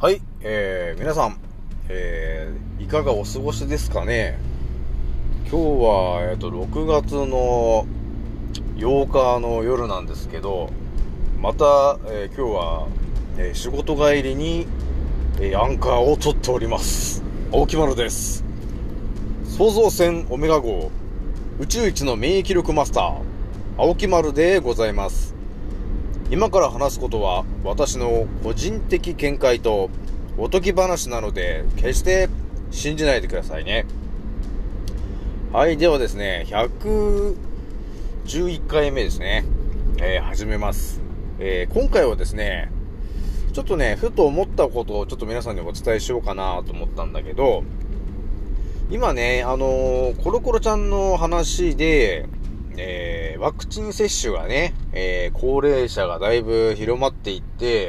はい、皆さん、いかがお過ごしですかね。今日は、6月の8日の夜なんですけど、また、今日は、仕事帰りに、アンカーを取っております。青木丸です。創造船オメガ号、宇宙一の免疫力マスター、青木丸でございます。今から話すことは私の個人的見解とおとぎ話なので決して信じないでくださいね。はい、ではですね、111回目ですね。始めます。今回はですね、ちょっとね、ふと思ったことをちょっと皆さんにお伝えしようかなと思ったんだけど、今ね、コロコロちゃんの話で、ワクチン接種がね、高齢者がだいぶ広まっていって、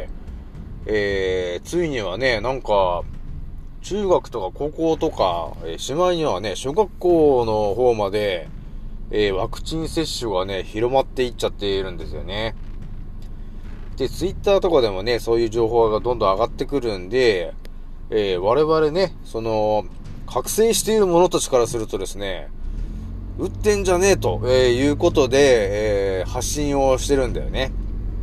ついにはね、なんか、中学とか高校とか、しまいにはね、小学校の方まで、ワクチン接種がね、広まっていっちゃっているんですよね。で、ツイッターとかでもね、そういう情報がどんどん上がってくるんで、我々ね、覚醒している者たちからするとですね、打ってんじゃねえと、いうことで、発信をしてるんだよね。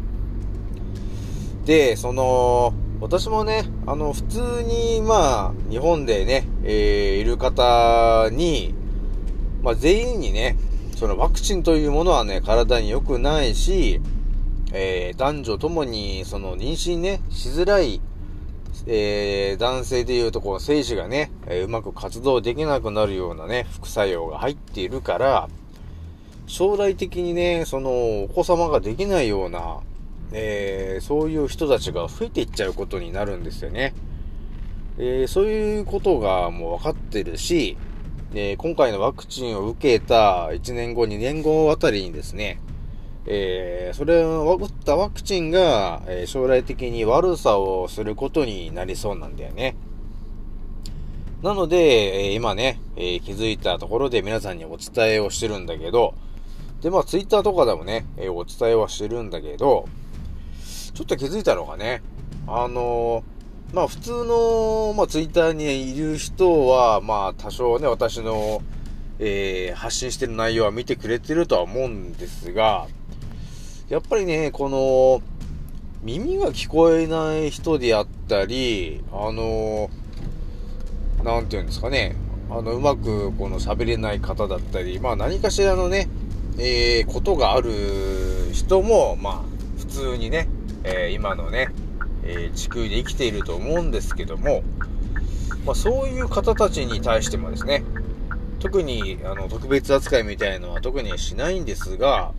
で、私もね、普通に、日本でね、いる方に、全員にね、ワクチンというものはね、体に良くないし、男女ともに、妊娠ね、しづらい、男性でいうと精子がね、うまく活動できなくなるようなね、副作用が入っているから、将来的にね、お子様ができないような、そういう人たちが増えていっちゃうことになるんですよね。そういうことがもう分かってるし、今回のワクチンを受けた1年後、2年後あたりにですね、それを打ったワクチンが、将来的に悪さをすることになりそうなんだよね。なので、今ね、気づいたところで皆さんにお伝えをしてるんだけど、で、ツイッターとかでもね、お伝えはしてるんだけど、ちょっと気づいたのがね、普通の、ツイッターにいる人は、多少ね、私の、発信してる内容は見てくれてるとは思うんですが、やっぱりね、耳が聞こえない人であったり、なんていうんですかね、うまく喋れない方だったり、何かしらのね、ことがある人も、普通にね、今のね、地球で生きていると思うんですけども、そういう方たちに対してもですね、特に特別扱いみたいのは特にしないんですが、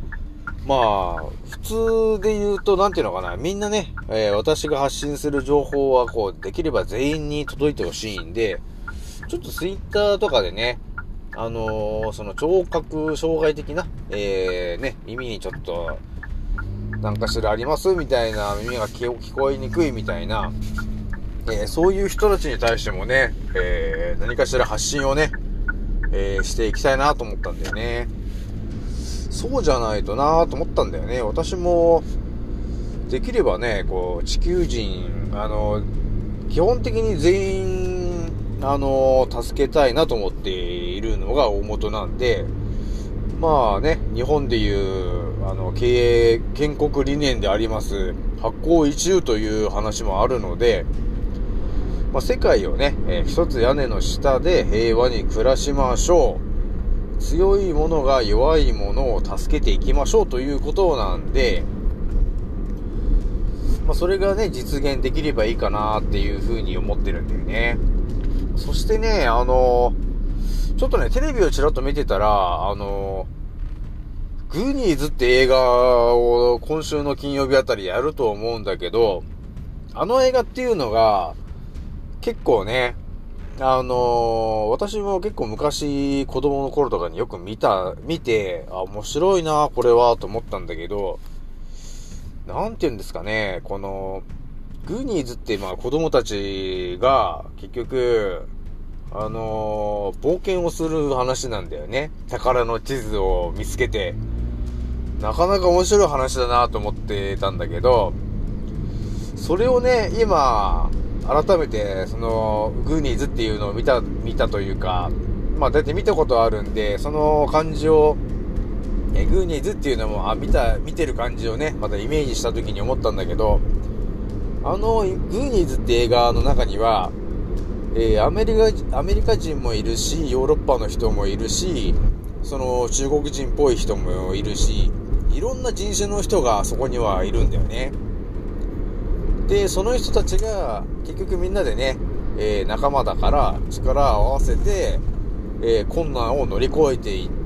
普通で言うと、なんていうのかな、みんなね、私が発信する情報はできれば全員に届いてほしいんで、ちょっとツイッターとかでね、聴覚障害的な、耳にちょっと、なんかしらありますみたいな、耳が聞こえにくいみたいな、そういう人たちに対してもね、何かしら発信をね、していきたいなと思ったんだよね。そうじゃないとなと思ったんだよね。私も、できればね、地球人、基本的に全員、助けたいなと思っているのが大元なんで、日本でいう、経営建国理念であります、発行一憂という話もあるので、世界をね、一つ屋根の下で平和に暮らしましょう。強い者が弱い者を助けていきましょうということなんで、それがね、実現できればいいかなっていうふうに思ってるんだよね。そしてね、ちょっとね、テレビをちらっと見てたら、グーニーズって映画を今週の金曜日あたりやると思うんだけど、あの映画っていうのが、結構ね、私も結構昔子供の頃とかによく見て、面白いなこれはと思ったんだけど、なんて言うんですかね、グーニーズって子供たちが結局、冒険をする話なんだよね。宝の地図を見つけて。なかなか面白い話だなと思ってたんだけど、それをね、今、 改めてそのグーニーズっていうのを見たというか、まあだいたい見たことあるんで、その感じをグーニーズっていうのも見てる感じをね、またイメージした時に思ったんだけど、グーニーズって映画の中には、アメリカ人もいるし、ヨーロッパの人もいるし、その中国人っぽい人もいるし、いろんな人種の人がそこにはいるんだよね。で、その人たちが結局みんなでね、仲間だから力を合わせて、困難を乗り越えていって、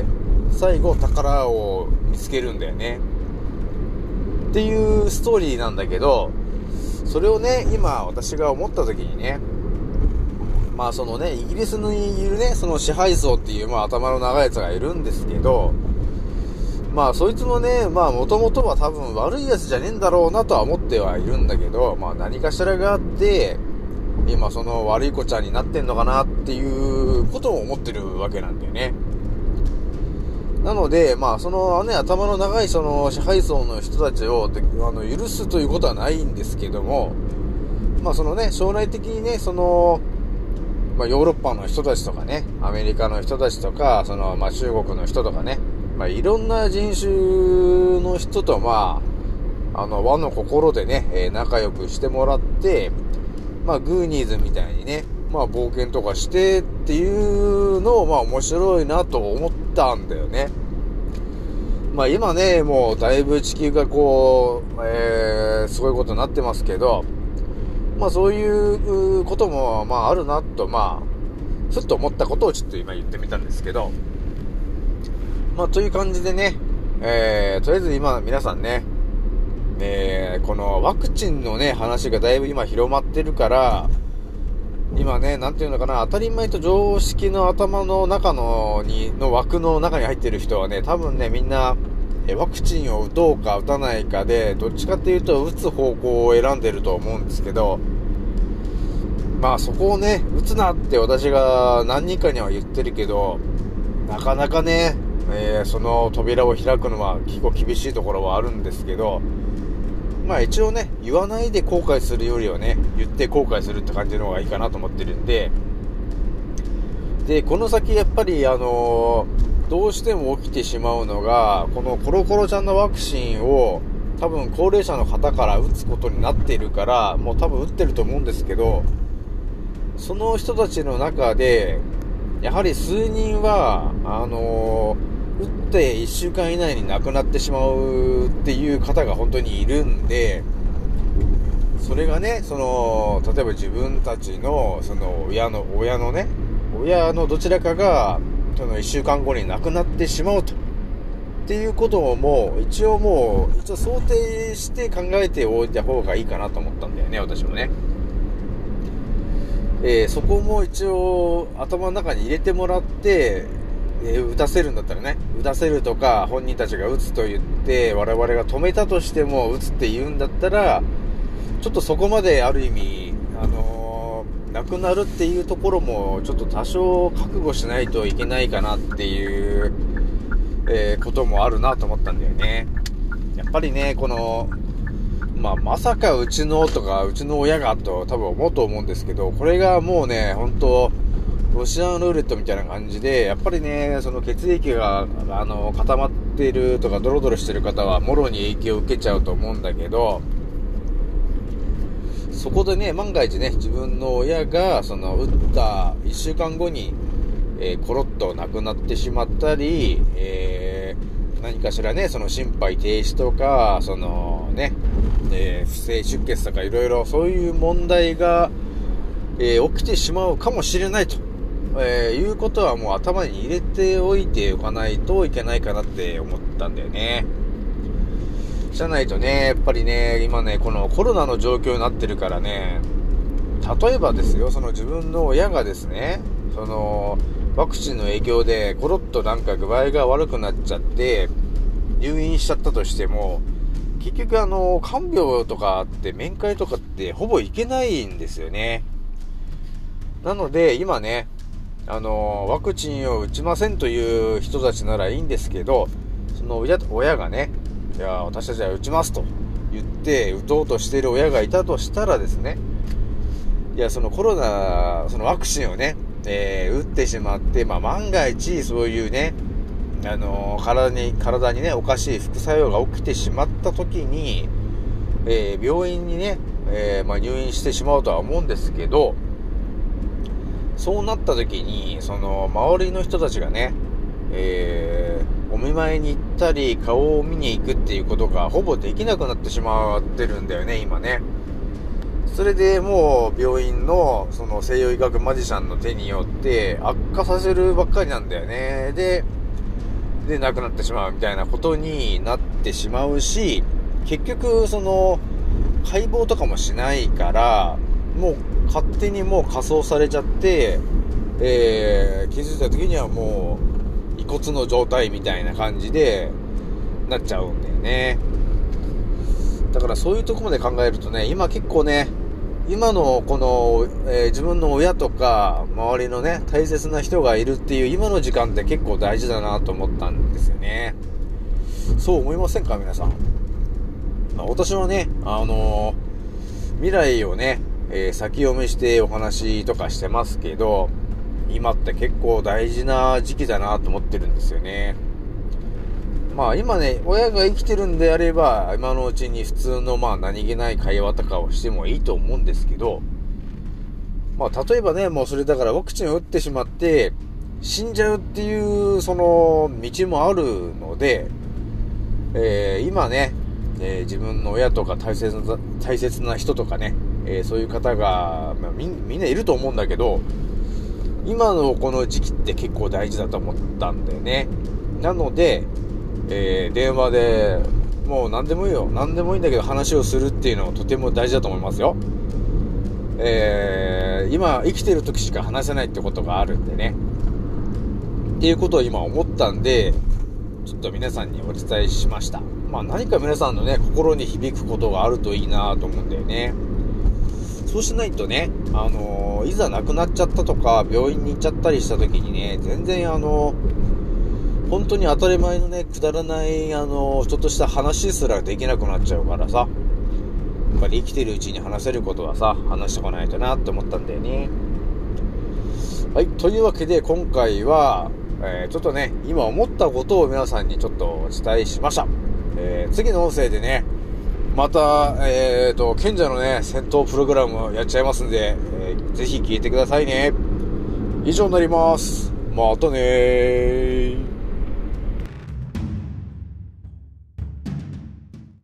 最後宝を見つけるんだよねっていうストーリーなんだけど、それをね、今私が思った時にね、まあそのね、イギリスにいるね、その支配層っていう、まあ頭の長いやつがいるんですけど、まあそいつもね、まあ元々は多分悪いやつじゃねえんだろうなとは思ってはいるんだけど、まあ何かしらがあって、今その悪い子ちゃんになってんのかなっていうことを思ってるわけなんだよね。なので、まあそのね、頭の長いその支配層の人たちを許すということはないんですけども、まあそのね、将来的にね、その、まあヨーロッパの人たちとかね、アメリカの人たちとか、そのまあ中国の人とかね、まあいろんな人種の人とまあ、和の心でね、仲良くしてもらって、まあグーニーズみたいにね、まあ冒険とかしてっていうのをまあ面白いなと思ったんだよね。まあ今ね、もうだいぶ地球がこう、すごいことになってますけど、まあそういうこともまああるなと、まあふっと思ったことをちょっと今言ってみたんですけど、まあという感じでね、とりあえず今皆さんね、このワクチンのね話がだいぶ今広まってるから、今ね、なんていうのかな、当たり前と常識の頭の中の枠の中に入ってる人はね、多分ね、みんなワクチンを打とうか打たないかで、どっちかっていうと打つ方向を選んでると思うんですけど、まあそこをね、打つなって私が何人かには言ってるけど、なかなかね、その扉を開くのは結構厳しいところはあるんですけど、まあ一応ね、言わないで後悔するよりはね、言って後悔するって感じの方がいいかなと思ってるんで、で、この先やっぱりどうしても起きてしまうのが、このコロコロちゃんのワクチンを多分高齢者の方から打つことになっているから、もう多分打ってると思うんですけど、その人たちの中で、やはり数人は、打って1週間以内に亡くなってしまうっていう方が本当にいるんで、それがね、その例えば自分たちのその親のどちらかがその1週間後に亡くなってしまうとっていうことをもう一応想定して考えておいた方がいいかなと思ったんだよね、私もね。そこも一応頭の中に入れてもらって、打たせるんだったらね、打たせるとか本人たちが打つと言って我々が止めたとしても打つって言うんだったら、ちょっとそこまである意味なくなるっていうところもちょっと多少覚悟しないといけないかなっていう、こともあるなと思ったんだよね。やっぱりね、このまさかうちのとかうちの親がと多分思うと思うんですけど、これがもうね、本当ロシアンルーレットみたいな感じで、やっぱりね、その血液が固まっているとかドロドロしてる方はもろに影響を受けちゃうと思うんだけど、そこでね、万が一ね、自分の親がその打った1週間後に、コロッと亡くなってしまったり、何かしらね、その心肺停止とか、そのね、不正出血とかいろいろそういう問題が、起きてしまうかもしれないと、いうことはもう頭に入れておいておかないといけないかなって思ったんだよね。じゃないとね、やっぱりね、今ね、このコロナの状況になってるからね、例えばですよ、その自分の親がですね、そのワクチンの影響でコロッとなんか具合が悪くなっちゃって入院しちゃったとしても、結局看病とかって面会とかってほぼ行けないんですよね。なので今ね、ワクチンを打ちませんという人たちならいいんですけど、その親がね、いや私たちは打ちますと言って打とうとしている親がいたとしたらですね、 いや、そのコロナ、そのワクチンをね、打ってしまって、万が一、そういうね、体にね、おかしい副作用が起きてしまった時に、病院にね、入院してしまうとは思うんですけど、そうなった時に、その、周りの人たちがね、お見舞いに行ったり、顔を見に行くっていうことがほぼできなくなってしまってるんだよね、今ね。それでもう病院のその西洋医学マジシャンの手によって悪化させるばっかりなんだよね。で亡くなってしまうみたいなことになってしまうし、結局その解剖とかもしないから、もう勝手にもう火葬されちゃって、気づいた時にはもう遺骨の状態みたいな感じでなっちゃうんだよね。だからそういうところまで考えるとね、今結構ね、今のこの、自分の親とか周りのね大切な人がいるっていう今の時間って結構大事だなと思ったんですよね。そう思いませんか皆さん。私はね未来をね、先読みしてお話とかしてますけど、今って結構大事な時期だなと思ってるんですよね。今ね、親が生きてるんであれば、今のうちに普通の何気ない会話とかをしてもいいと思うんですけど、例えばね、もうそれだからワクチンを打ってしまって、死んじゃうっていう、その、道もあるので、今ね、自分の親とか大切な人とかね、そういう方が、みんないると思うんだけど、今のこの時期って結構大事だと思ったんだよね。なので、電話でもう何でもいいよ、何でもいいんだけど話をするっていうのはとても大事だと思いますよ。今生きてる時しか話せないってことがあるんでね、っていうことを今思ったんで、ちょっと皆さんにお伝えしました。何か皆さんのね心に響くことがあるといいなと思うんだよね。そうしないとね、いざ亡くなっちゃったとか病院に行っちゃったりした時にね、全然本当に当たり前のね、くだらない、ちょっとした話すらできなくなっちゃうからさ、やっぱり生きてるうちに話せることはさ、話してこないとなって思ったんだよね。はい、というわけで今回は、ちょっとね、今思ったことを皆さんにちょっとお伝えしました。次の音声でね、また、賢者のね、戦闘プログラムをやっちゃいますんで、ぜひ聞いてくださいね。以上になります。またねー。